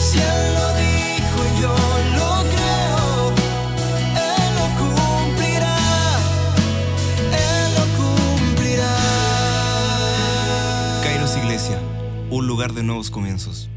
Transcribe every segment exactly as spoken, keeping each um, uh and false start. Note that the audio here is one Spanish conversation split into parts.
Si Él lo dijo, yo lo creo. Él lo cumplirá. Él lo cumplirá. Kairos Iglesia, un lugar de nuevos comienzos.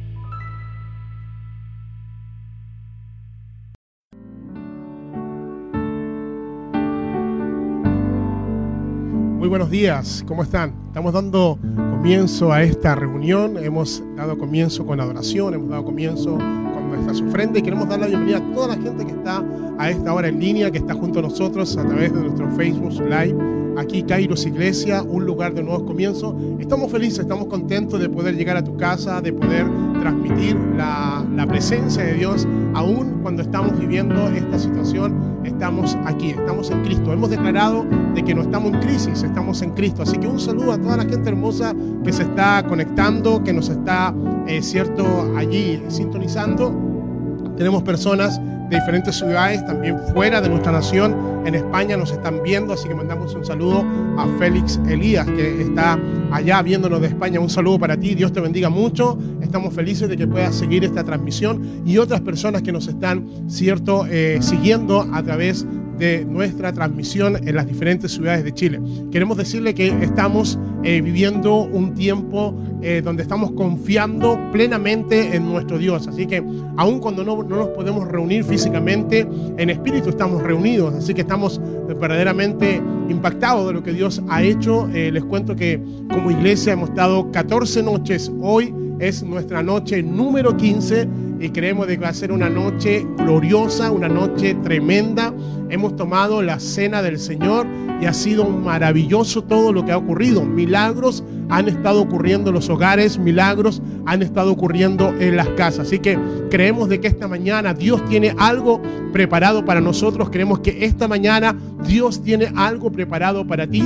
Muy buenos días, ¿cómo están? Estamos dando comienzo a esta reunión, hemos dado comienzo con adoración, hemos dado comienzo con nuestras ofrendas y queremos dar la bienvenida a toda la gente que está a esta hora en línea, que está junto a nosotros a través de nuestro Facebook Live. Aquí Kairos Iglesia, un lugar de nuevos comienzos. Estamos felices, estamos contentos de poder llegar a tu casa, de poder transmitir la, la presencia de Dios, aún cuando estamos viviendo esta situación. Estamos aquí, estamos en Cristo. Hemos declarado de que no estamos en crisis, estamos en Cristo. Así que un saludo a toda la gente hermosa que se está conectando, que nos está, eh, cierto, allí sintonizando. Tenemos personas de diferentes ciudades, también fuera de nuestra nación, en España nos están viendo, así que mandamos un saludo a Félix Elías, que está allá viéndonos de España. Un saludo para ti, Dios te bendiga mucho, estamos felices de que puedas seguir esta transmisión y otras personas que nos están, cierto, eh, siguiendo a través de nuestra transmisión en las diferentes ciudades de Chile. Queremos decirle que estamos eh, viviendo un tiempo eh, donde estamos confiando plenamente en nuestro Dios, así que aun cuando no, no nos podemos reunir físicamente, en espíritu estamos reunidos, así que estamos verdaderamente impactados de lo que Dios ha hecho. Eh, les cuento que como iglesia hemos estado catorce noches, hoy es nuestra noche número quince y creemos de que va a ser una noche gloriosa, una noche tremenda. Hemos tomado la cena del Señor y ha sido maravilloso todo lo que ha ocurrido. Milagros han estado ocurriendo en los hogares, milagros han estado ocurriendo en las casas. Así que creemos de que esta mañana Dios tiene algo preparado para nosotros. Creemos que esta mañana Dios tiene algo preparado para ti.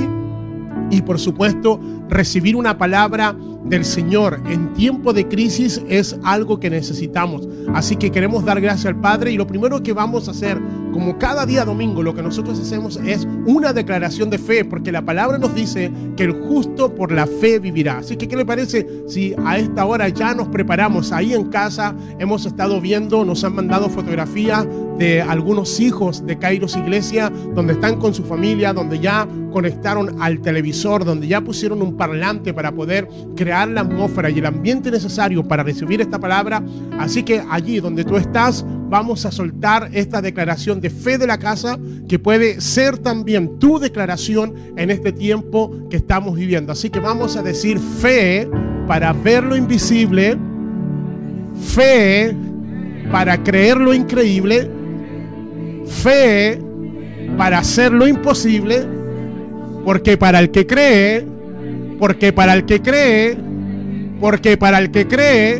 Y por supuesto, recibir una palabra del Señor en tiempo de crisis es algo que necesitamos. Así que queremos dar gracias al Padre y lo primero que vamos a hacer, como cada día domingo, lo que nosotros hacemos es una declaración de fe, porque la palabra nos dice que el justo por la fe vivirá. Así que, ¿qué le parece si a esta hora ya nos preparamos ahí en casa? Hemos estado viendo, nos han mandado fotografías de algunos hijos de Kairos Iglesia, donde están con su familia, donde ya conectaron al televisor, donde ya pusieron un parlante para poder crear la atmósfera y el ambiente necesario para recibir esta palabra. Así que allí donde tú estás, vamos a soltar esta declaración de fe de la casa, que puede ser también tu declaración en este tiempo que estamos viviendo. Así que vamos a decir fe para ver lo invisible, fe para creer lo increíble, fe para hacer lo imposible, porque para el que cree, porque para el que cree, porque para el que cree,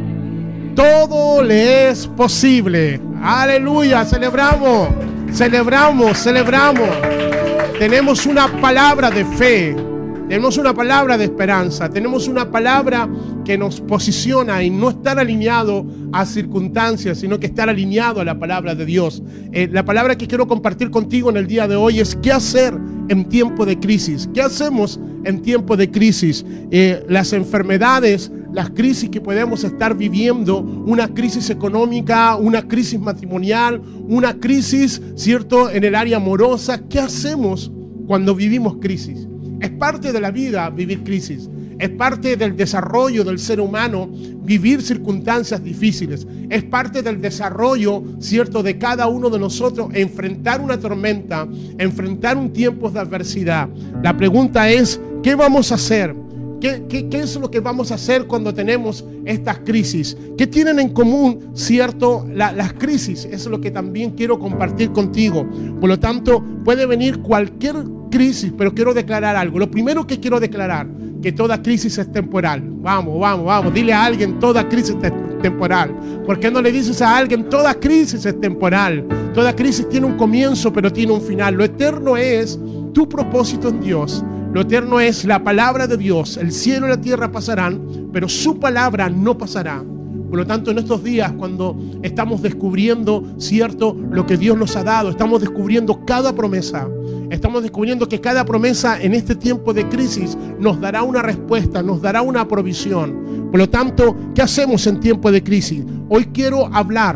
todo le es posible. Aleluya, celebramos, celebramos, celebramos. Tenemos una palabra de fe, tenemos una palabra de esperanza, tenemos una palabra que nos posiciona y no estar alineado a circunstancias, sino que estar alineado a la palabra de Dios. Eh, la palabra que quiero compartir contigo en el día de hoy es ¿qué hacer en tiempo de crisis? ¿Qué hacemos en tiempo de crisis? Eh, las enfermedades, las crisis que podemos estar viviendo, una crisis económica, una crisis matrimonial, una crisis, ¿cierto?, en el área amorosa. ¿Qué hacemos cuando vivimos crisis? Es parte de la vida vivir crisis. Es parte del desarrollo del ser humano vivir circunstancias difíciles. Es parte del desarrollo, ¿cierto?, de cada uno de nosotros enfrentar una tormenta, enfrentar un tiempo de adversidad. La pregunta es, ¿qué vamos a hacer? ¿Qué, qué, ¿Qué es lo que vamos a hacer cuando tenemos estas crisis? ¿Qué tienen en común, cierto, la, las crisis? Eso es lo que también quiero compartir contigo. Por lo tanto, puede venir cualquier crisis, pero quiero declarar algo. Lo primero que quiero declarar, que toda crisis es temporal. Vamos, vamos, vamos. Dile a alguien, toda crisis es temporal. ¿Por qué no le dices a alguien, toda crisis es temporal? Toda crisis tiene un comienzo, pero tiene un final. Lo eterno es tu propósito en Dios. Lo eterno es la palabra de Dios. El cielo y la tierra pasarán, pero su palabra no pasará. Por lo tanto, en estos días, cuando estamos descubriendo, cierto, lo que Dios nos ha dado, estamos descubriendo cada promesa, estamos descubriendo que cada promesa en este tiempo de crisis nos dará una respuesta, nos dará una provisión. Por lo tanto, ¿qué hacemos en tiempo de crisis? Hoy quiero hablar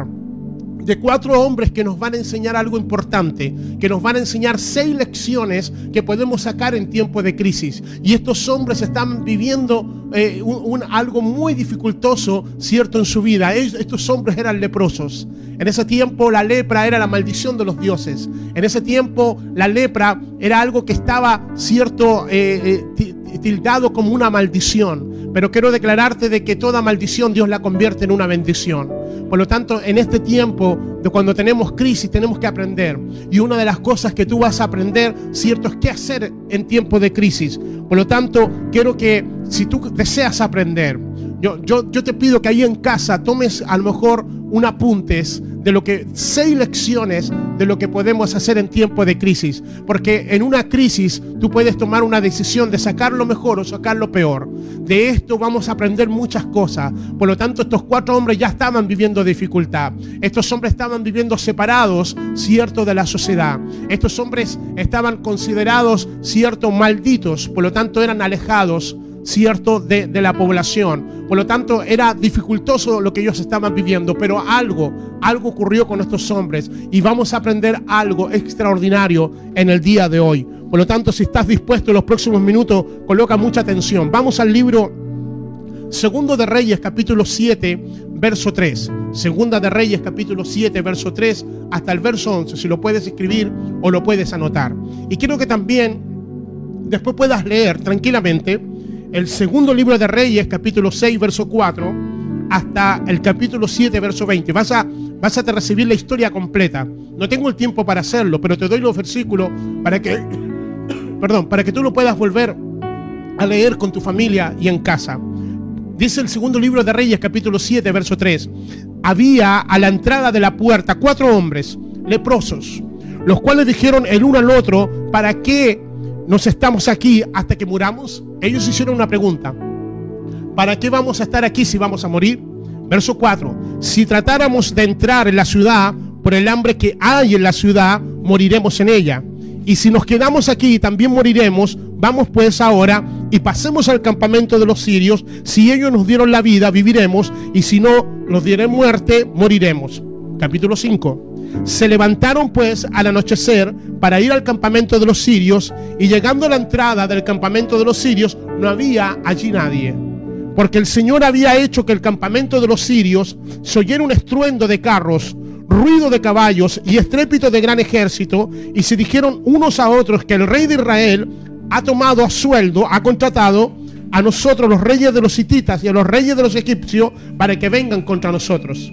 de cuatro hombres que nos van a enseñar algo importante, que nos van a enseñar seis lecciones que podemos sacar en tiempo de crisis. Y estos hombres están viviendo eh, un, un, algo muy dificultoso, cierto, en su vida. Ellos, estos hombres eran leprosos. En ese tiempo la lepra era la maldición de los dioses. En ese tiempo la lepra era algo que estaba, cierto, eh, eh, tildado como una maldición. Pero quiero declararte de que toda maldición Dios la convierte en una bendición. Por lo tanto, en este tiempo de cuando tenemos crisis, tenemos que aprender. Y una de las cosas que tú vas a aprender, cierto, es qué hacer en tiempo de crisis. Por lo tanto, quiero que si tú deseas aprender, yo, yo, yo te pido que ahí en casa tomes a lo mejor un apuntes de lo que, seis lecciones de lo que podemos hacer en tiempo de crisis. Porque en una crisis tú puedes tomar una decisión de sacar lo mejor o sacar lo peor. De esto vamos a aprender muchas cosas. Por lo tanto, estos cuatro hombres ya estaban viviendo dificultad. Estos hombres estaban viviendo separados, cierto, de la sociedad. Estos hombres estaban considerados, cierto, malditos. Por lo tanto, eran alejados, cierto, de, de la población. Por lo tanto, era dificultoso lo que ellos estaban viviendo, pero algo, algo ocurrió con estos hombres y vamos a aprender algo extraordinario en el día de hoy. Por lo tanto, si estás dispuesto en los próximos minutos, coloca mucha atención. Vamos al libro Segundo de Reyes, capítulo siete, verso tres. Segunda de Reyes, capítulo siete, verso tres, hasta el verso once, si lo puedes escribir o lo puedes anotar. Y quiero que también después puedas leer tranquilamente el segundo libro de Reyes, capítulo seis, verso cuatro, hasta el capítulo siete, verso veinte. Vas a, vas a te recibir la historia completa. No tengo el tiempo para hacerlo, pero te doy los versículos para que, perdón, para que tú lo puedas volver a leer con tu familia y en casa. Dice el segundo libro de Reyes, capítulo siete, verso tres. Había a la entrada de la puerta cuatro hombres leprosos, los cuales dijeron el uno al otro: ¿para qué nos estamos aquí hasta que muramos? Ellos hicieron una pregunta: ¿para qué vamos a estar aquí si vamos a morir? Verso cuatro. Si tratáramos de entrar en la ciudad, por el hambre que hay en la ciudad, moriremos en ella. Y si nos quedamos aquí, también moriremos. Vamos pues ahora y pasemos al campamento de los sirios. Si ellos nos dieron la vida, viviremos, y si no nos dieren muerte, moriremos. Capítulo cinco. Se levantaron pues al anochecer para ir al campamento de los sirios, y llegando a la entrada del campamento de los sirios no había allí nadie, porque el Señor había hecho que el campamento de los sirios se oyera un estruendo de carros, ruido de caballos y estrépito de gran ejército, y se dijeron unos a otros que el rey de Israel ha tomado a sueldo, ha contratado a nosotros, los reyes de los hititas y a los reyes de los egipcios, para que vengan contra nosotros.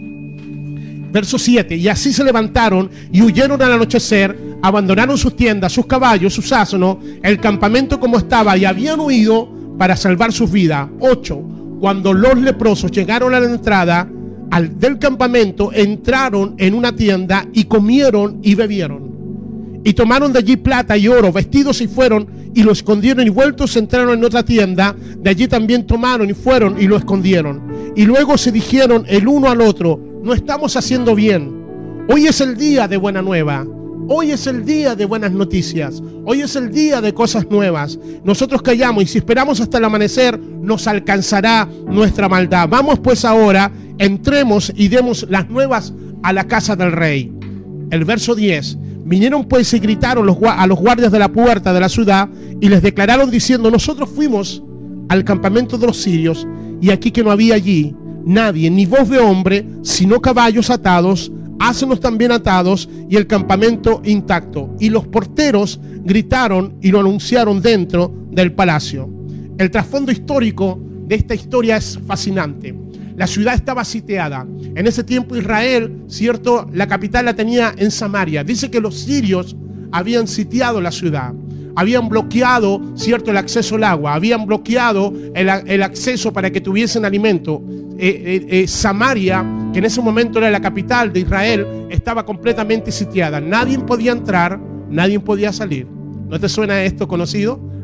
Verso siete. Y así se levantaron y huyeron al anochecer, abandonaron sus tiendas, sus caballos, sus asnos, el campamento como estaba, y habían huido para salvar sus vidas. ocho. Cuando los leprosos llegaron a la entrada al, del campamento, entraron en una tienda y comieron y bebieron. Y tomaron de allí plata y oro, vestidos, y fueron y lo escondieron, y vueltos entraron en otra tienda, de allí también tomaron y fueron y lo escondieron. Y luego se dijeron el uno al otro: no estamos haciendo bien. Hoy es el día de buena nueva. Hoy es el día de buenas noticias. Hoy es el día de cosas nuevas. Nosotros callamos, y si esperamos hasta el amanecer, nos alcanzará nuestra maldad. Vamos pues ahora, entremos y demos las nuevas a la casa del rey. El verso diez. Vinieron pues y gritaron los, a los guardias de la puerta de la ciudad, y les declararon diciendo: nosotros fuimos al campamento de los sirios, y aquí que no había allí nadie, ni voz de hombre, sino caballos atados, asnos también atados, y el campamento intacto. Y los porteros gritaron y lo anunciaron dentro del palacio. El trasfondo histórico de esta historia es fascinante. La ciudad estaba sitiada. En ese tiempo Israel, cierto, la capital la tenía en Samaria. Dice que los sirios habían sitiado la ciudad. Habían bloqueado, cierto, el acceso al agua. Habían bloqueado el, el acceso para que tuviesen alimento. Eh, eh, eh, Samaria, que en ese momento era la capital de Israel, estaba completamente sitiada. Nadie podía entrar, nadie podía salir. ¿No te suena esto conocido?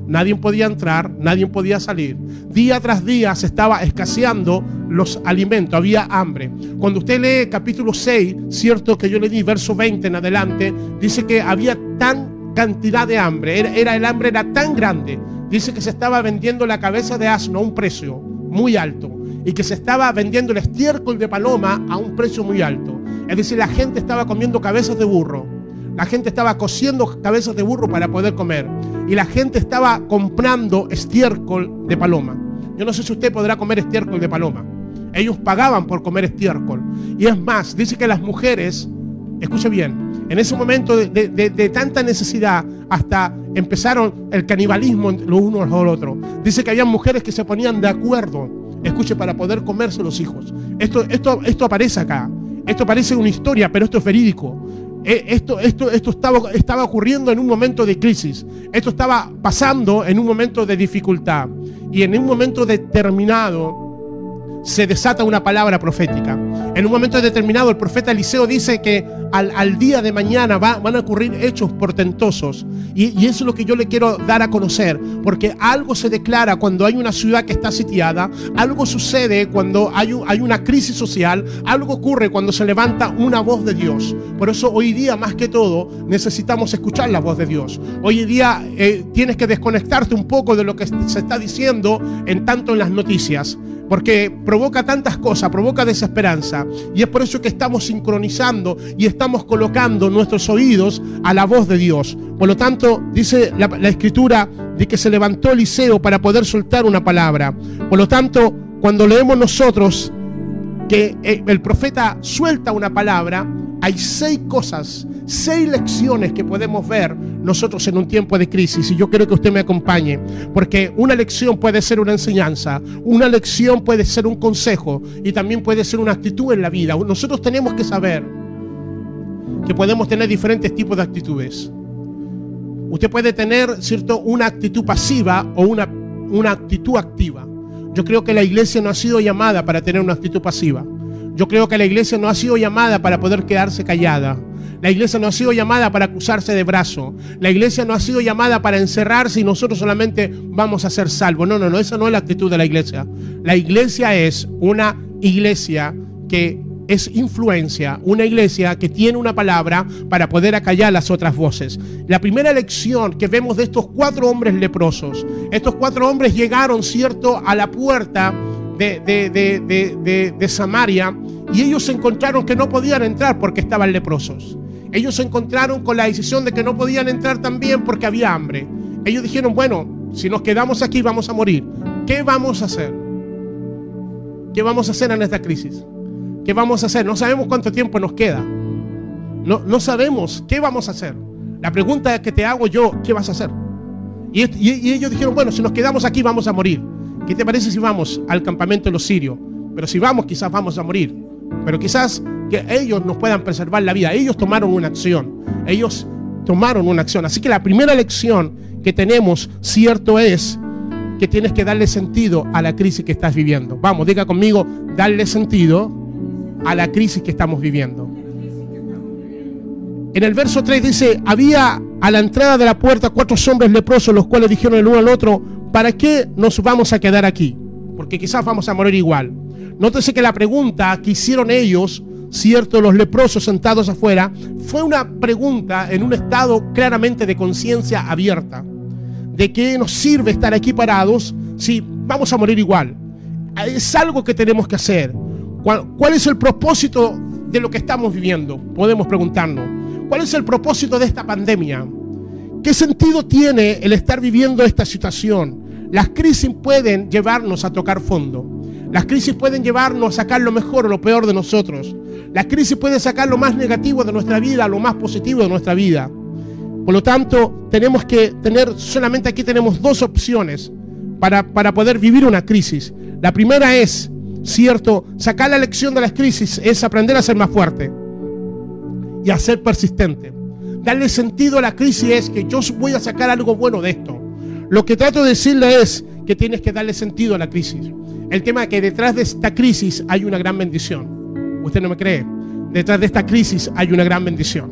nadie podía entrar, nadie podía salir. Día tras día se estaba escaseando los alimentos, había hambre. Cuando usted lee capítulo seis, cierto que yo le di verso veinte en adelante, dice que había tan cantidad de hambre, era, era el hambre era tan grande, dice que se estaba vendiendo la cabeza de asno a un precio muy alto y que se estaba vendiendo el estiércol de paloma a un precio muy alto. Es decir, la gente estaba comiendo cabezas de burro, la gente estaba cociendo cabezas de burro para poder comer y la gente estaba comprando estiércol de paloma. Yo no sé si usted podrá comer estiércol de paloma. Ellos pagaban por comer estiércol. Y es más, dice que las mujeres, escuche bien, en ese momento de, de, de, de tanta necesidad, hasta empezaron el canibalismo los unos a los otros. Dice que había mujeres que se ponían de acuerdo, escuche, para poder comerse los hijos. Esto, esto, esto aparece acá. Esto parece una historia, pero esto es verídico. Esto, esto, esto estaba, estaba ocurriendo en un momento de crisis. Esto estaba pasando en un momento de dificultad. Y en un momento determinado se desata una palabra profética. En un momento determinado el profeta Eliseo dice que al, al día de mañana va, van a ocurrir hechos portentosos. Y, y eso es lo que yo le quiero dar a conocer. Porque algo se declara cuando hay una ciudad que está sitiada. Algo sucede cuando hay, un, hay una crisis social. Algo ocurre cuando se levanta una voz de Dios. Por eso hoy día más que todo necesitamos escuchar la voz de Dios. Hoy día eh, tienes que desconectarte un poco de lo que se está diciendo en tanto en las noticias. Porque provoca tantas cosas, provoca desesperanza. Y es por eso que estamos sincronizando y estamos colocando nuestros oídos a la voz de Dios. Por lo tanto, dice la, la Escritura de que se levantó Eliseo para poder soltar una palabra. Por lo tanto, cuando leemos nosotros que el profeta suelta una palabra, hay seis cosas, seis lecciones que podemos ver nosotros en un tiempo de crisis. Y yo quiero que usted me acompañe, porque una lección puede ser una enseñanza, una lección puede ser un consejo y también puede ser una actitud en la vida. Nosotros tenemos que saber que podemos tener diferentes tipos de actitudes. Usted puede tener, ¿cierto?, una actitud pasiva o una, una actitud activa. Yo creo que la iglesia no ha sido llamada para tener una actitud pasiva. Yo creo que la iglesia no ha sido llamada para poder quedarse callada. La iglesia no ha sido llamada para cruzarse de brazo. La iglesia no ha sido llamada para encerrarse y nosotros solamente vamos a ser salvos. No, no, no, esa no es la actitud de la iglesia. La iglesia es una iglesia que es influencia, una iglesia que tiene una palabra para poder acallar las otras voces. La primera lección que vemos de estos cuatro hombres leprosos, estos cuatro hombres llegaron, ¿cierto?, a la puerta de, de, de, de, de, de Samaria, y ellos se encontraron que no podían entrar porque estaban leprosos. Ellos se encontraron con la decisión de que no podían entrar también porque había hambre. Ellos dijeron, bueno, si nos quedamos aquí vamos a morir. ¿Qué vamos a hacer? ¿Qué vamos a hacer en esta crisis? ¿Qué vamos a hacer? No sabemos cuánto tiempo nos queda. No, no sabemos qué vamos a hacer. La pregunta que te hago yo, ¿qué vas a hacer? Y, y, y ellos dijeron, bueno, si nos quedamos aquí vamos a morir. ¿Qué te parece si vamos al campamento de los sirios? Pero si vamos, quizás vamos a morir. Pero quizás que ellos nos puedan preservar la vida. Ellos tomaron una acción. Ellos tomaron una acción. Así que la primera lección que tenemos, cierto, es que tienes que darle sentido a la crisis que estás viviendo. Vamos, diga conmigo, darle sentido a la crisis que estamos viviendo. En el verso tres dice, había a la entrada de la puerta cuatro hombres leprosos, los cuales dijeron el uno al otro, ¿para qué nos vamos a quedar aquí? Porque quizás vamos a morir igual. Nótese que la pregunta que hicieron ellos, cierto, los leprosos sentados afuera, fue una pregunta en un estado claramente de conciencia abierta. ¿De qué nos sirve estar aquí parados si vamos a morir igual? Es algo que tenemos que hacer. ¿Cuál, cuál es el propósito de lo que estamos viviendo? Podemos preguntarnos. ¿Cuál es el propósito de esta pandemia? ¿Qué sentido tiene el estar viviendo esta situación? Las crisis pueden llevarnos a tocar fondo. Las crisis pueden llevarnos a sacar lo mejor o lo peor de nosotros. La crisis puede sacar lo más negativo de nuestra vida, lo más positivo de nuestra vida. Por lo tanto, tenemos que tener, solamente aquí tenemos dos opciones para, para poder vivir una crisis. La primera es, cierto, sacar la lección de las crisis, es aprender a ser más fuerte y a ser persistente. Darle sentido a la crisis es que yo voy a sacar algo bueno de esto. Lo que trato de decirle es que tienes que darle sentido a la crisis. El tema es que detrás de esta crisis hay una gran bendición. ¿Usted no me cree? Detrás de esta crisis hay una gran bendición.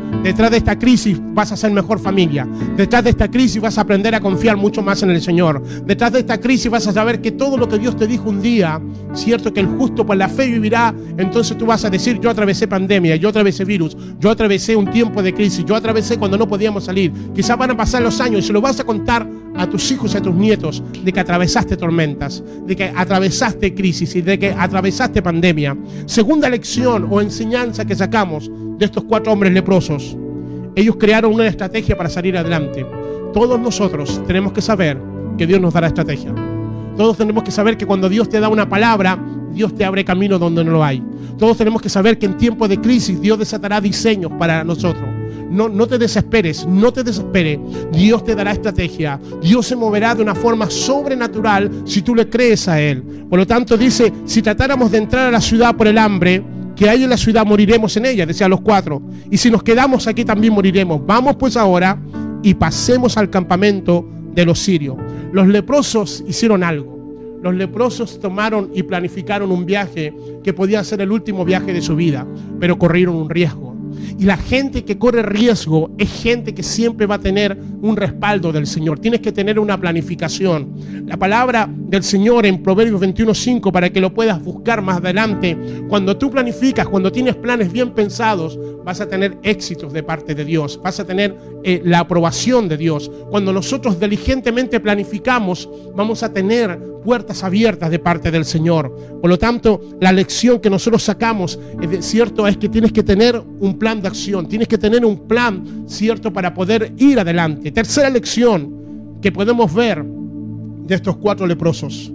Detrás de esta crisis vas a ser mejor familia. Detrás de esta crisis vas a aprender a confiar mucho más en el Señor. Detrás de esta crisis vas a saber que todo lo que Dios te dijo un día, cierto, que el justo por la fe vivirá. Entonces tú vas a decir: yo atravesé pandemia, yo atravesé virus, yo atravesé un tiempo de crisis, yo atravesé cuando no podíamos salir. Quizás van a pasar los años y se lo vas a contar a tus hijos y a tus nietos de que atravesaste tormentas, de que atravesaste crisis y de que atravesaste pandemia. Segunda lección o enseñanza que sacamos de estos cuatro hombres leprosos: ellos crearon una estrategia para salir adelante. Todos nosotros tenemos que saber que Dios nos dará estrategia. Todos tenemos que saber que cuando Dios te da una palabra, Dios te abre camino donde no lo hay. Todos tenemos que saber que en tiempos de crisis Dios desatará diseños para nosotros. No, no te desesperes, no te desesperes. Dios te dará estrategia. Dios se moverá de una forma sobrenatural si tú le crees a Él. Por lo tanto dice: si tratáramos de entrar a la ciudad por el hambre que hay en la ciudad, moriremos en ella, decían los cuatro. Y si nos quedamos aquí también moriremos. Vamos pues ahora y pasemos al campamento de los sirios. Los leprosos hicieron algo. Los leprosos tomaron y planificaron un viaje que podía ser el último viaje de su vida, pero corrieron un riesgo. Y la gente que corre riesgo es gente que siempre va a tener un respaldo del Señor. Tienes que tener una planificación. La palabra del Señor en Proverbios veintiuno cinco, para que lo puedas buscar más adelante: cuando tú planificas, cuando tienes planes bien pensados, vas a tener éxitos de parte de Dios, vas a tener eh, la aprobación de Dios. Cuando nosotros diligentemente planificamos, vamos a tener puertas abiertas de parte del Señor. Por lo tanto, la lección que nosotros sacamos, es cierto, es que tienes que tener un plan de acción, tienes que tener un plan, cierto, para poder ir adelante. Tercera lección que podemos ver de estos cuatro leprosos: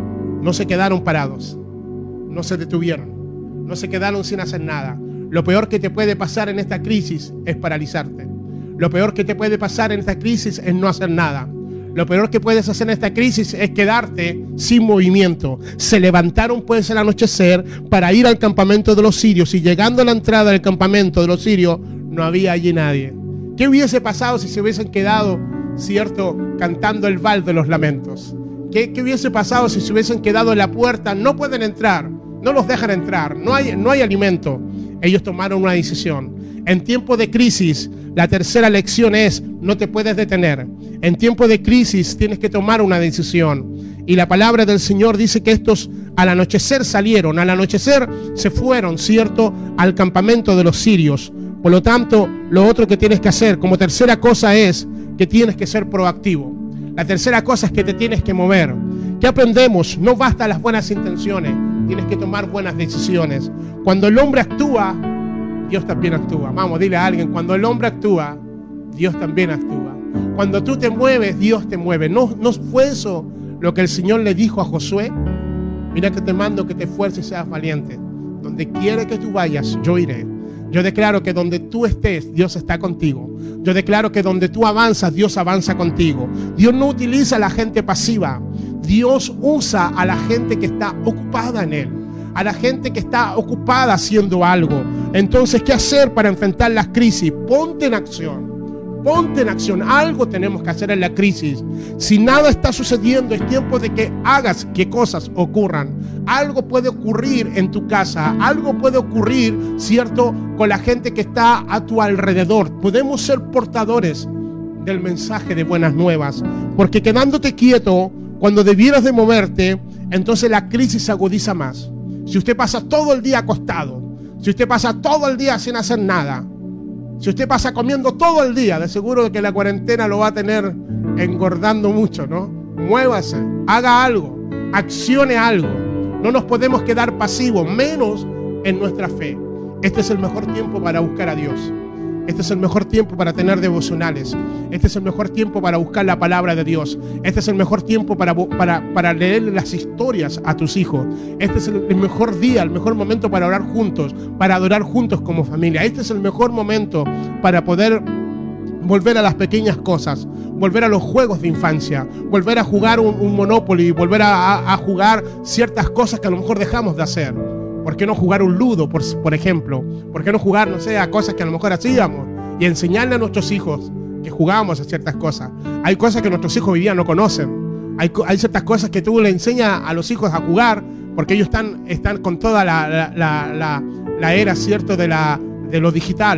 no se quedaron parados, no se detuvieron, no se quedaron sin hacer nada. Lo peor que te puede pasar en esta crisis es paralizarte. Lo peor que te puede pasar en esta crisis es no hacer nada. Lo peor que puedes hacer en esta crisis es quedarte sin movimiento. Se levantaron pues al anochecer para ir al campamento de los sirios, y llegando a la entrada del campamento de los sirios no había allí nadie. ¿Qué hubiese pasado si se hubiesen quedado, cierto, cantando el val de los lamentos? ¿Qué, qué hubiese pasado si se hubiesen quedado en la puerta? No pueden entrar, no los dejan entrar, no hay, no hay alimento. Ellos tomaron una decisión. En tiempo de crisis, la tercera lección es: no te puedes detener. En tiempo de crisis tienes que tomar una decisión. Y la palabra del Señor dice que estos al anochecer salieron, al anochecer se fueron, ¿cierto?, al campamento de los sirios. Por lo tanto, lo otro que tienes que hacer como tercera cosa es que tienes que ser proactivo. La tercera cosa es que te tienes que mover. ¿Qué aprendemos? No basta las buenas intenciones, tienes que tomar buenas decisiones. Cuando el hombre actúa, Dios también actúa. Vamos, dile a alguien: cuando el hombre actúa, Dios también actúa. Cuando tú te mueves, Dios te mueve. ¿No, no fue eso lo que el Señor le dijo a Josué? Mira que te mando que te esfuerces y seas valiente. Donde quiera que tú vayas, yo iré. Yo declaro que donde tú estés, Dios está contigo. Yo declaro que donde tú avanzas, Dios avanza contigo. Dios no utiliza a la gente pasiva. Dios usa a la gente que está ocupada en Él, a la gente que está ocupada haciendo algo. Entonces, ¿qué hacer para enfrentar las crisis? Ponte en acción. Ponte en acción. Algo tenemos que hacer en la crisis. Si nada está sucediendo, es tiempo de que hagas que cosas ocurran. Algo puede ocurrir en tu casa. Algo puede ocurrir, ¿cierto?, con la gente que está a tu alrededor. Podemos ser portadores del mensaje de buenas nuevas. Porque quedándote quieto cuando debieras de moverte, entonces la crisis se agudiza más. Si usted pasa todo el día acostado, si usted pasa todo el día sin hacer nada, si usted pasa comiendo todo el día, de seguro de que la cuarentena lo va a tener engordando mucho, ¿no? Muévase, haga algo, accione algo. No nos podemos quedar pasivos, menos en nuestra fe. Este es el mejor tiempo para buscar a Dios. Este es el mejor tiempo para tener devocionales. Este es el mejor tiempo para buscar la palabra de Dios. Este es el mejor tiempo para, para, para leer las historias a tus hijos. Este es el, el mejor día, el mejor momento para orar juntos, para adorar juntos como familia. Este es el mejor momento para poder volver a las pequeñas cosas, volver a los juegos de infancia, volver a jugar un, un Monopoly, volver a, a, a jugar ciertas cosas que a lo mejor dejamos de hacer. ¿Por qué no jugar un ludo, por, por ejemplo? ¿Por qué no jugar, no sé, a cosas que a lo mejor hacíamos? Y enseñarle a nuestros hijos que jugábamos a ciertas cosas. Hay cosas que nuestros hijos hoy día no conocen. Hay, hay ciertas cosas que tú le enseñas a los hijos a jugar porque ellos están, están con toda la, la, la, la, la era, ¿cierto?, de, la, de lo digital.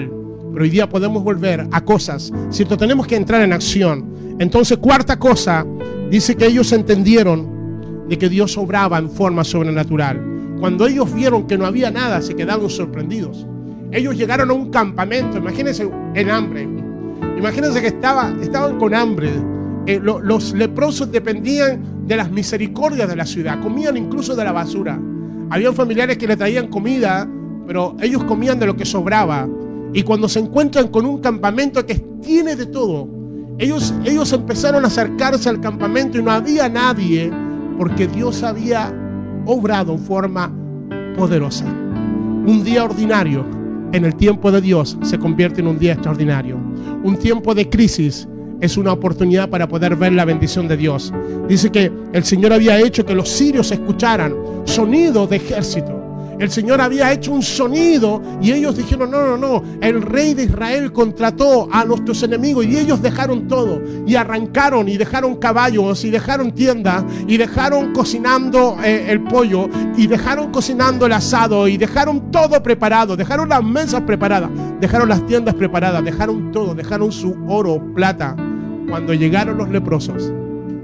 pero hoy día podemos volver a cosas, ¿cierto? Tenemos que entrar en acción. Entonces, cuarta cosa, dice que ellos entendieron de que Dios obraba en forma sobrenatural. Cuando ellos vieron que no había nada, se quedaron sorprendidos. Ellos llegaron a un campamento, imagínense en hambre. Imagínense que estaba, estaban con hambre. Eh, lo, los leprosos dependían de las misericordias de la ciudad, comían incluso de la basura. Habían familiares que le traían comida, pero ellos comían de lo que sobraba. Y cuando se encuentran con un campamento que tiene de todo, ellos, ellos empezaron a acercarse al campamento y no había nadie, porque Dios había obrado en forma poderosa. Un día ordinario en el tiempo de Dios se convierte en un día extraordinario. Un tiempo de crisis es una oportunidad para poder ver la bendición de Dios. Dice que el Señor había hecho que los sirios escucharan sonido de ejército. El Señor había hecho un sonido y ellos dijeron, no, no, no, el rey de Israel contrató a nuestros enemigos, y ellos dejaron todo y arrancaron y dejaron caballos y dejaron tiendas y dejaron cocinando eh, el pollo y dejaron cocinando el asado y dejaron todo preparado, dejaron las mesas preparadas, dejaron las tiendas preparadas, dejaron todo, dejaron su oro, plata. Cuando llegaron los leprosos,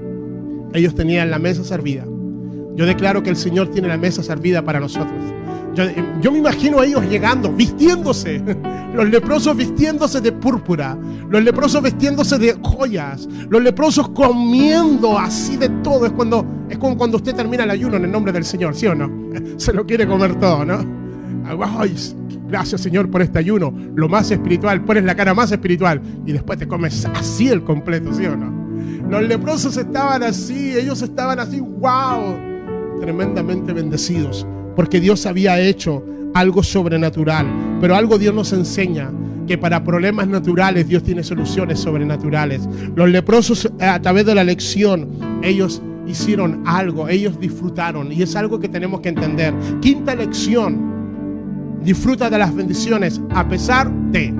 ellos tenían la mesa servida. Yo declaro que el Señor tiene la mesa servida para nosotros. Yo, yo me imagino a ellos llegando, vistiéndose, los leprosos vistiéndose de púrpura, los leprosos vistiéndose de joyas, los leprosos comiendo así de todo. Es, cuando, es como cuando usted termina el ayuno en el nombre del Señor, ¿sí o no? Se lo quiere comer todo, ¿no? Ay, gracias, Señor, por este ayuno, lo más espiritual, pones la cara más espiritual y después te comes así el completo, ¿sí o no? Los leprosos estaban así, ellos estaban así, wow, tremendamente bendecidos, porque Dios había hecho algo sobrenatural. Pero algo Dios nos enseña, que para problemas naturales Dios tiene soluciones sobrenaturales. Los leprosos, a través de la lección, ellos hicieron algo, ellos disfrutaron, y es algo que tenemos que entender. Quinta lección: disfruta de las bendiciones a pesar de.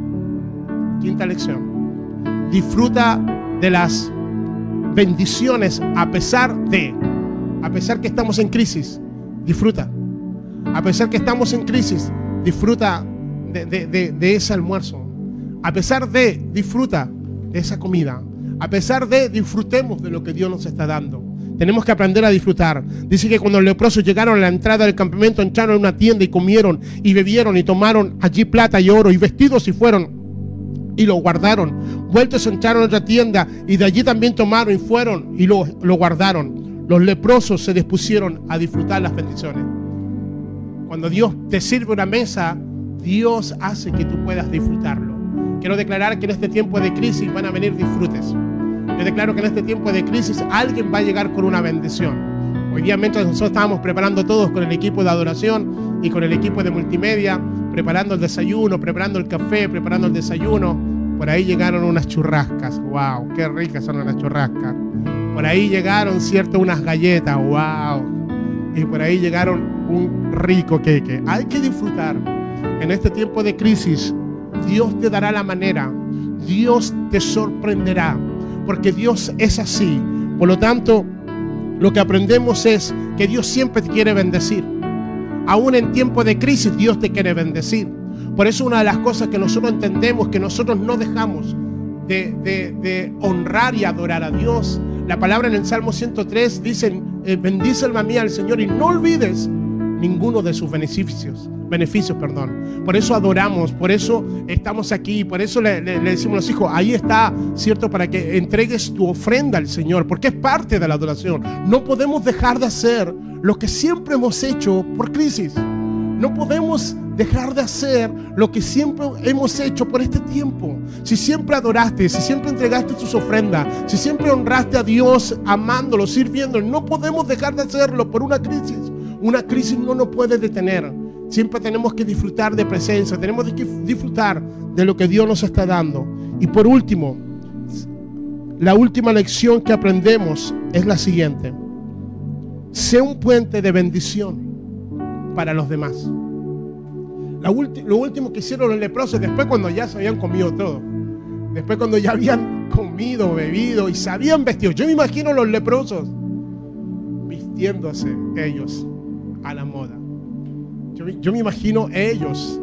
Quinta lección: disfruta de las bendiciones a pesar de. A pesar que estamos en crisis, disfruta. A pesar que estamos en crisis, disfruta de, de, de, de ese almuerzo. A pesar de, disfruta de esa comida. A pesar de, disfrutemos de lo que Dios nos está dando. Tenemos que aprender a disfrutar. Dice que cuando los leprosos llegaron a la entrada del campamento, entraron en una tienda y comieron y bebieron y tomaron allí plata y oro y vestidos y fueron y lo guardaron. Vueltos entraron a otra tienda y de allí también tomaron y fueron y lo, lo guardaron. Los leprosos se dispusieron a disfrutar las bendiciones. Cuando Dios te sirve una mesa, Dios hace que tú puedas disfrutarlo. Quiero declarar que en este tiempo de crisis van a venir disfrutes. Yo declaro que en este tiempo de crisis alguien va a llegar con una bendición. Hoy día, mientras nosotros estábamos preparando todos con el equipo de adoración y con el equipo de multimedia, preparando el desayuno, preparando el café, preparando el desayuno, por ahí llegaron unas churrascas. ¡Wow! ¡Qué ricas son unas churrascas! Por ahí llegaron, cierto, unas galletas. ¡Wow! Y por ahí llegaron un rico queque. Hay que disfrutar. En este tiempo de crisis, Dios te dará la manera. Dios te sorprenderá. Porque Dios es así. Por lo tanto, lo que aprendemos es que Dios siempre te quiere bendecir. Aún en tiempo de crisis, Dios te quiere bendecir. Por eso una de las cosas que nosotros entendemos, que nosotros no dejamos de, de, de honrar y adorar a Dios. La palabra en el Salmo ciento tres dice, eh, bendice alma mía al Señor y no olvides ninguno de sus beneficios. Beneficios, perdón. Por eso adoramos, por eso estamos aquí, por eso le, le, le decimos a los hijos, ahí está, ¿cierto? Para que entregues tu ofrenda al Señor, porque es parte de la adoración. No podemos dejar de hacer lo que siempre hemos hecho por crisis. No podemos dejar de hacer lo que siempre hemos hecho por este tiempo. Si siempre adoraste, si siempre entregaste tus ofrendas, si siempre honraste a Dios amándolo, sirviéndolo, no podemos dejar de hacerlo por una crisis. Una crisis no nos puede detener. Siempre tenemos que disfrutar de presencia, tenemos que disfrutar de lo que Dios nos está dando. Y por último, la última lección que aprendemos es la siguiente: sé un puente de bendición para los demás. La ulti- lo último que hicieron los leprosos, después cuando ya se habían comido todo, después cuando ya habían comido, bebido y se habían vestido, yo me imagino los leprosos vistiéndose ellos a la moda. Yo, yo me imagino ellos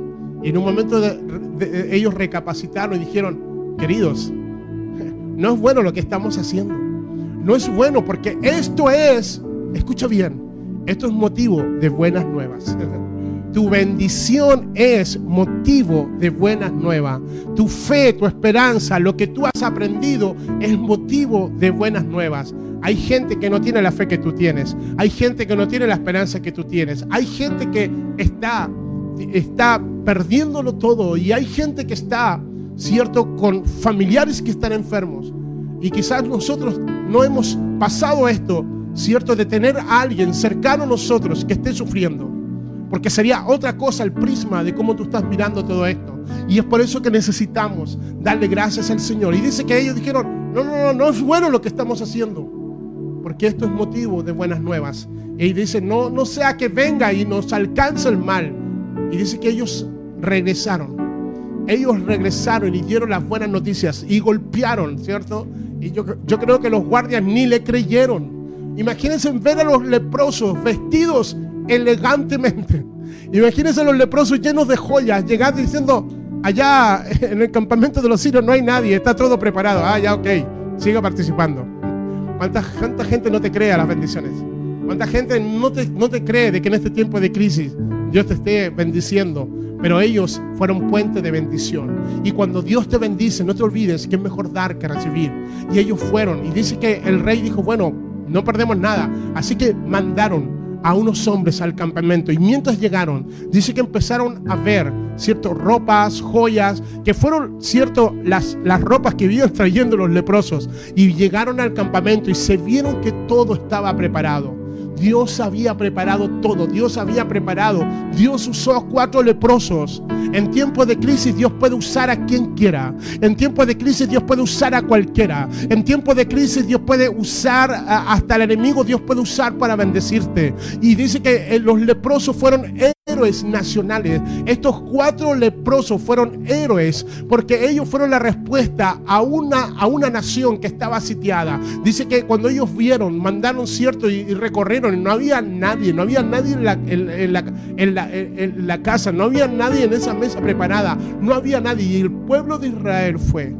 Y en un momento de, de, de, ellos recapacitaron y dijeron, queridos, no es bueno lo que estamos haciendo. No es bueno porque esto es, escucha bien, esto es motivo de buenas nuevas. Tu bendición es motivo de buenas nuevas. Tu fe, tu esperanza, lo que tú has aprendido es motivo de buenas nuevas. Hay gente que no tiene la fe que tú tienes. Hay gente que no tiene la esperanza que tú tienes. Hay gente que está, está perdiéndolo todo. Y hay gente que está, cierto, con familiares que están enfermos. Y quizás nosotros no hemos pasado esto, cierto, de tener a alguien cercano a nosotros que esté sufriendo. Porque sería otra cosa el prisma de cómo tú estás mirando todo esto. Y es por eso que necesitamos darle gracias al Señor. Y dice que ellos dijeron, no, no, no, no es bueno lo que estamos haciendo. Porque esto es motivo de buenas nuevas. Y dice, no, no sea que venga y nos alcance el mal. Y dice que ellos regresaron. Ellos regresaron y dieron las buenas noticias y golpearon, ¿cierto? Y yo, yo creo que los guardias ni le creyeron. Imagínense ver a los leprosos vestidos elegantemente. Imagínense a los leprosos llenos de joyas, llegando y diciendo, allá en el campamento de los sirios no hay nadie, está todo preparado. Ah, ya, ok, siga participando. ¿Cuánta, cuánta gente no te cree a las bendiciones? ¿Cuánta gente no te, no te cree de que en este tiempo de crisis Dios te esté bendiciendo? Pero ellos fueron puente de bendición. Y cuando Dios te bendice, no te olvides que es mejor dar que recibir. Y ellos fueron. Y dice que el rey dijo, bueno, no perdemos nada. Así que mandaron a unos hombres al campamento. Y mientras llegaron, dice que empezaron a ver, cierto, ropas, joyas, que fueron, cierto, las, las ropas que iban trayendo los leprosos. Y llegaron al campamento y se vieron que todo estaba preparado. Dios había preparado todo, Dios había preparado, Dios usó a cuatro leprosos. En tiempos de crisis Dios puede usar a quien quiera. En tiempos de crisis Dios puede usar a cualquiera. En tiempos de crisis Dios puede usar a, hasta el enemigo, Dios puede usar para bendecirte. Y dice que eh, los leprosos fueron héroes nacionales. Estos cuatro leprosos fueron héroes porque ellos fueron la respuesta a una, a una nación que estaba sitiada. Dice que cuando ellos vieron, mandaron, cierto, y, y recorrieron, y no había nadie, no había nadie en la, en, en, la, en, la, en la casa, no había nadie en esa mesa preparada, no había nadie. Y el pueblo de Israel fue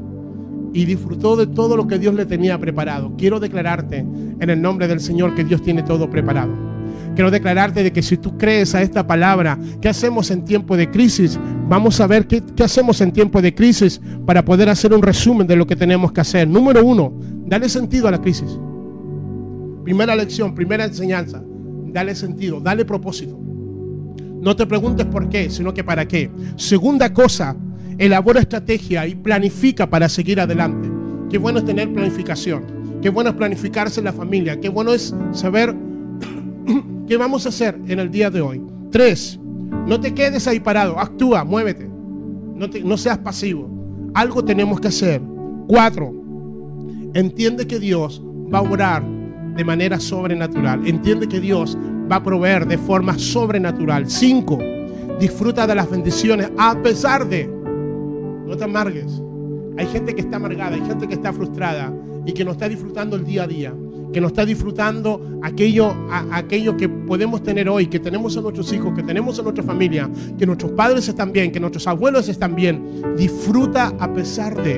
y disfrutó de todo lo que Dios le tenía preparado. Quiero declararte en el nombre del Señor que Dios tiene todo preparado. Quiero declararte de que si tú crees a esta palabra, ¿qué hacemos en tiempo de crisis? Vamos a ver qué, qué hacemos en tiempo de crisis para poder hacer un resumen de lo que tenemos que hacer. Número uno, dale sentido a la crisis. Primera lección, primera enseñanza, dale sentido, dale propósito. No te preguntes por qué, sino que para qué. Segunda cosa, elabora estrategia y planifica para seguir adelante. Qué bueno es tener planificación, qué bueno es planificarse en la familia, qué bueno es saber qué vamos a hacer en el día de hoy. Tres, no te quedes ahí parado, actúa, muévete, no, te, no seas pasivo. Algo tenemos que hacer. Cuatro, entiende que Dios va a obrar de manera sobrenatural. Entiende que Dios va a proveer de forma sobrenatural. Cinco, disfruta de las bendiciones a pesar de. No te amargues. Hay gente que está amargada, hay gente que está frustrada y que no está disfrutando el día a día, que no está disfrutando aquello, a, aquello que podemos tener hoy, que tenemos a nuestros hijos, que tenemos a nuestra familia, que nuestros padres están bien, que nuestros abuelos están bien. Disfruta a pesar de.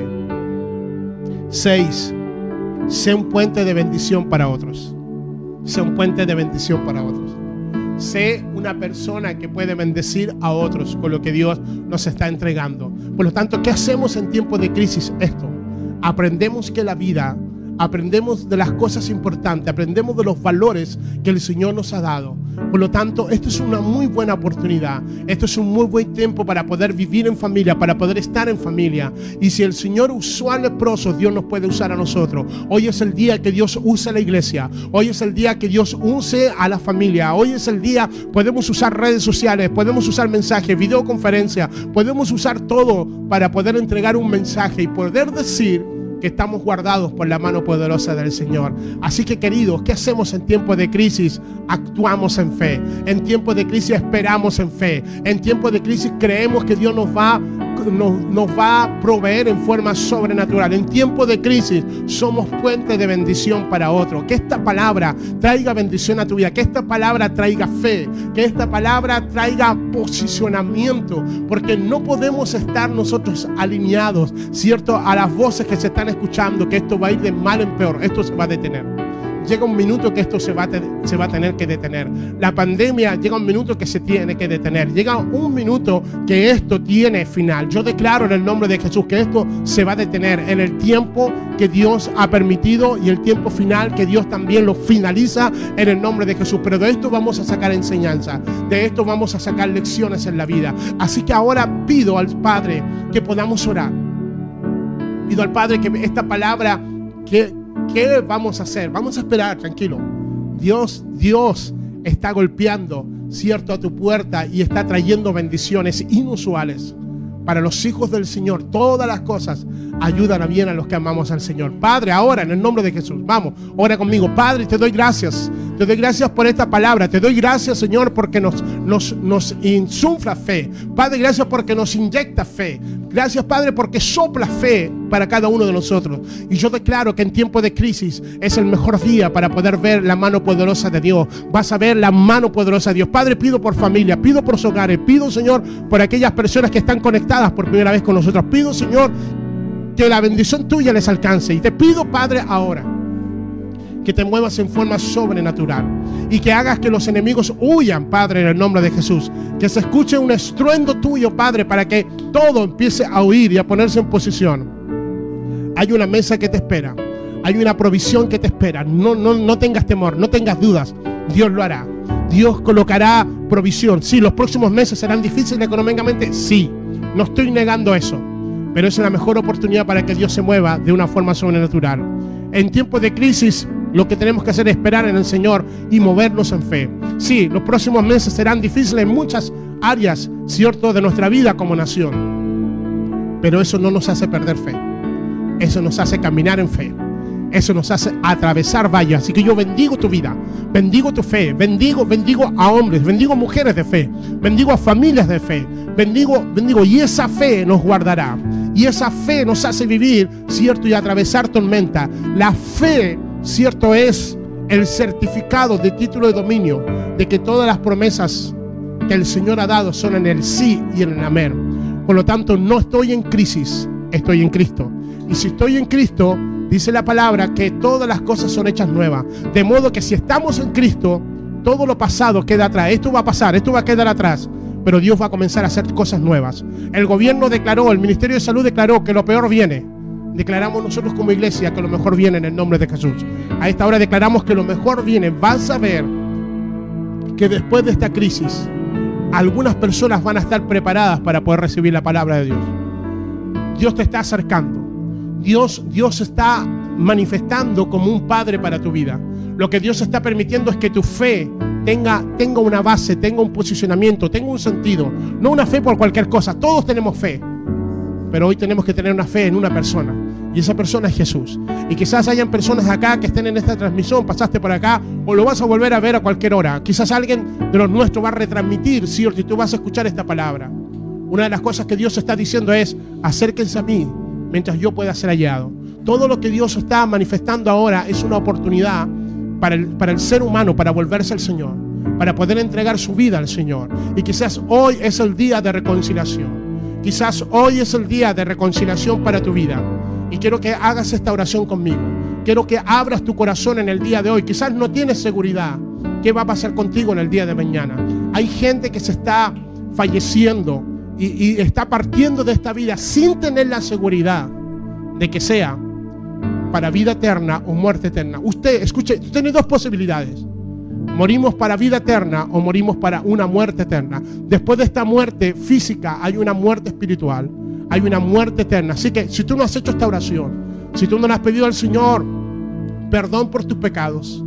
Seis, sé un puente de bendición para otros. Sé un puente de bendición para otros. Sé una persona que puede bendecir a otros con lo que Dios nos está entregando. Por lo tanto, ¿qué hacemos en tiempos de crisis? Esto. Aprendemos que la vida, aprendemos de las cosas importantes, aprendemos de los valores que el Señor nos ha dado. Por lo tanto, esto es una muy buena oportunidad. Esto es un muy buen tiempo para poder vivir en familia, para poder estar en familia. Y si el Señor usó a leprosos, Dios nos puede usar a nosotros. Hoy es el día que Dios use a la iglesia. Hoy es el día que Dios use a la familia. Hoy es el día, podemos usar redes sociales, podemos usar mensajes, videoconferencias, podemos usar todo para poder entregar un mensaje y poder decir que estamos guardados por la mano poderosa del Señor. Así que, queridos, ¿qué hacemos en tiempos de crisis? Actuamos en fe. En tiempos de crisis esperamos en fe. En tiempos de crisis creemos que Dios nos va nos, nos va a proveer en forma sobrenatural. En tiempos de crisis somos fuente de bendición para otros. Que esta palabra traiga bendición a tu vida, que esta palabra traiga fe, que esta palabra traiga posicionamiento, porque no podemos estar nosotros alineados, ¿cierto?, a las voces que se están escuchando, que esto va a ir de mal en peor, esto se va a detener. Llega un minuto que esto se va, a te- se va a tener que detener. La pandemia llega un minuto que se tiene que detener. Llega un minuto que esto tiene final. Yo declaro en el nombre de Jesús que esto se va a detener en el tiempo que Dios ha permitido y el tiempo final que Dios también lo finaliza en el nombre de Jesús. Pero de esto vamos a sacar enseñanza. De esto vamos a sacar lecciones en la vida. Así que ahora pido al Padre que podamos orar. Pido al Padre que esta palabra que ¿qué vamos a hacer? Vamos a esperar, tranquilo. Dios, Dios está golpeando, cierto, a tu puerta y está trayendo bendiciones inusuales para los hijos del Señor. Todas las cosas ayudan a bien a los que amamos al Señor. Padre, ahora en el nombre de Jesús, vamos, ora conmigo. Padre, te doy gracias. Te doy gracias por esta palabra. Te doy gracias, Señor, porque nos, nos, nos insufla fe. Padre, gracias porque nos inyecta fe. Gracias, Padre, porque sopla fe para cada uno de nosotros. Y yo declaro que en tiempo de crisis es el mejor día para poder ver la mano poderosa de Dios. Vas a ver la mano poderosa de Dios. Padre, pido por familia, pido por sus hogares, pido, Señor, por aquellas personas que están conectadas por primera vez con nosotros. Pido, Señor, que la bendición tuya les alcance. Y te pido, Padre, ahora que te muevas en forma sobrenatural y que hagas que los enemigos huyan, Padre, en el nombre de Jesús. Que se escuche un estruendo tuyo, Padre, para que todo empiece a huir y a ponerse en posición. Hay una mesa que te espera, hay una provisión que te espera. No, no, no tengas temor, no tengas dudas. Dios lo hará. Dios colocará provisión. Sí, los próximos meses serán difíciles económicamente, sí, no estoy negando eso, pero es la mejor oportunidad para que Dios se mueva de una forma sobrenatural. En tiempos de crisis, lo que tenemos que hacer es esperar en el Señor y movernos en fe. Sí, los próximos meses serán difíciles en muchas áreas, cierto, de nuestra vida como nación, pero eso no nos hace perder fe. Eso nos hace caminar en fe. Eso nos hace atravesar valles. Así que yo bendigo tu vida, bendigo tu fe, bendigo, bendigo a hombres, bendigo a mujeres de fe, bendigo a familias de fe, bendigo, bendigo, y esa fe nos guardará. Y esa fe nos hace vivir, cierto, y atravesar tormenta. La fe, cierto, es el certificado de título de dominio de que todas las promesas que el Señor ha dado son en el sí y en el amén. Por lo tanto, no estoy en crisis, estoy en Cristo. Y si estoy en Cristo, dice la palabra que todas las cosas son hechas nuevas. De modo que si estamos en Cristo, todo lo pasado queda atrás. Esto va a pasar, esto va a quedar atrás, pero Dios va a comenzar a hacer cosas nuevas. El gobierno declaró, el Ministerio de Salud declaró que lo peor viene. Declaramos nosotros como iglesia que lo mejor viene en el nombre de Jesús. A esta hora declaramos que lo mejor viene. Vas a ver que después de esta crisis, algunas personas van a estar preparadas para poder recibir la palabra de Dios. Dios te está acercando. Dios, Dios está manifestando como un padre para tu vida. Lo que Dios está permitiendo es que tu fe tenga, tenga una base, tenga un posicionamiento, tenga un sentido. No una fe por cualquier cosa. Todos tenemos fe, pero hoy tenemos que tener una fe en una persona, y esa persona es Jesús. Y quizás hayan personas acá que estén en esta transmisión, pasaste por acá o lo vas a volver a ver a cualquier hora. Quizás alguien de los nuestros va a retransmitir, ¿cierto? Y tú vas a escuchar esta palabra. Una de las cosas que Dios está diciendo es: acérquense a mí mientras yo pueda ser hallado. Todo lo que Dios está manifestando ahora es una oportunidad para el, para el ser humano, para volverse al Señor, para poder entregar su vida al Señor. Y quizás hoy es el día de reconciliación. Quizás hoy es el día de reconciliación para tu vida. Y quiero que hagas esta oración conmigo. Quiero que abras tu corazón en el día de hoy. Quizás no tienes seguridad. ¿Qué va a pasar contigo en el día de mañana? Hay gente que se está falleciendo y, y está partiendo de esta vida sin tener la seguridad de que sea para vida eterna o muerte eterna. Usted, escuche, tiene dos posibilidades. Morimos para vida eterna o morimos para una muerte eterna. Después de esta muerte física hay una muerte espiritual, hay una muerte eterna. Así que si tú no has hecho esta oración, si tú no le has pedido al Señor perdón por tus pecados,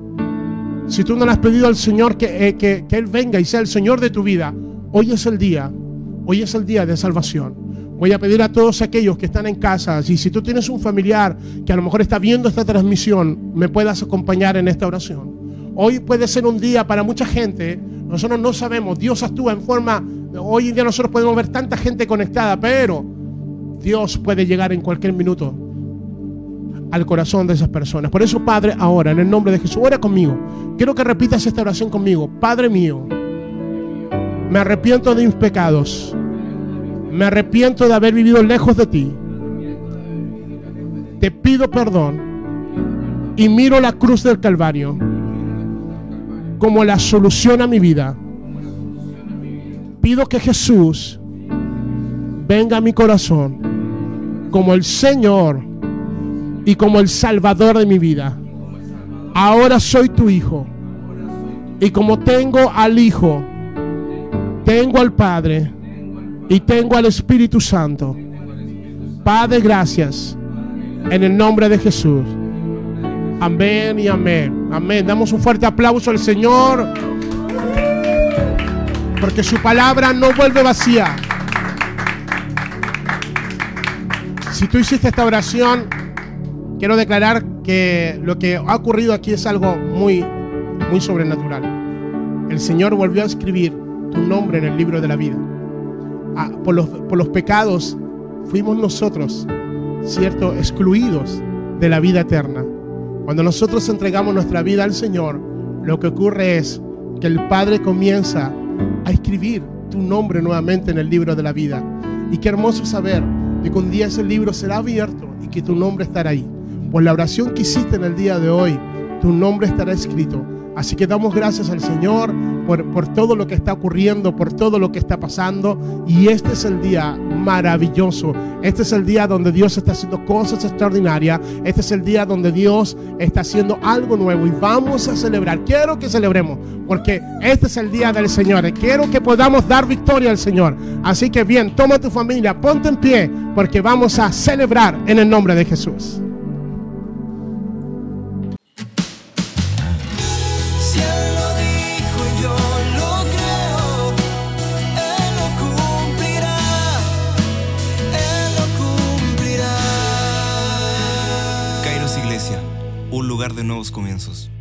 si tú no le has pedido al Señor que, eh, que, que Él venga y sea el Señor de tu vida, hoy es el día, hoy es el día de salvación. Voy a pedir a todos aquellos que están en casa, y si tú tienes un familiar que a lo mejor está viendo esta transmisión, me puedas acompañar en esta oración. Hoy puede ser un día para mucha gente, nosotros no sabemos, Dios actúa en forma Hoy en día nosotros podemos ver tanta gente conectada, pero Dios puede llegar en cualquier minuto al corazón de esas personas. Por eso, Padre, ahora, en el nombre de Jesús, ora conmigo. Quiero que repitas esta oración conmigo. Padre mío, me arrepiento de mis pecados. Me arrepiento de haber vivido lejos de ti. Te pido perdón y miro la cruz del Calvario como la solución a mi vida. Pido que Jesús venga a mi corazón como el Señor y como el Salvador de mi vida. Ahora soy tu hijo, y como tengo al Hijo, tengo al Padre y tengo al Espíritu Santo. Padre, gracias en el nombre de Jesús. Amén y amén. Amén. Damos un fuerte aplauso al Señor, porque su palabra no vuelve vacía. Si tú hiciste esta oración, quiero declarar que lo que ha ocurrido aquí es algo muy, muy sobrenatural. El Señor volvió a escribir tu nombre en el libro de la vida. Ah, por los, por los pecados fuimos nosotros, ¿cierto?, excluidos de la vida eterna. Cuando nosotros entregamos nuestra vida al Señor, lo que ocurre es que el Padre comienza a escribir tu nombre nuevamente en el libro de la vida. Y qué hermoso saber de que un día ese libro será abierto y que tu nombre estará ahí. Por la oración que hiciste en el día de hoy, tu nombre estará escrito. Así que damos gracias al Señor por, por todo lo que está ocurriendo, por todo lo que está pasando. Y este es el día maravilloso. Este es el día donde Dios está haciendo cosas extraordinarias. Este es el día donde Dios está haciendo algo nuevo. Y vamos a celebrar. Quiero que celebremos, porque este es el día del Señor. Quiero que podamos dar victoria al Señor. Así que bien, toma tu familia, ponte en pie, porque vamos a celebrar en el nombre de Jesús. Un lugar de nuevos comienzos.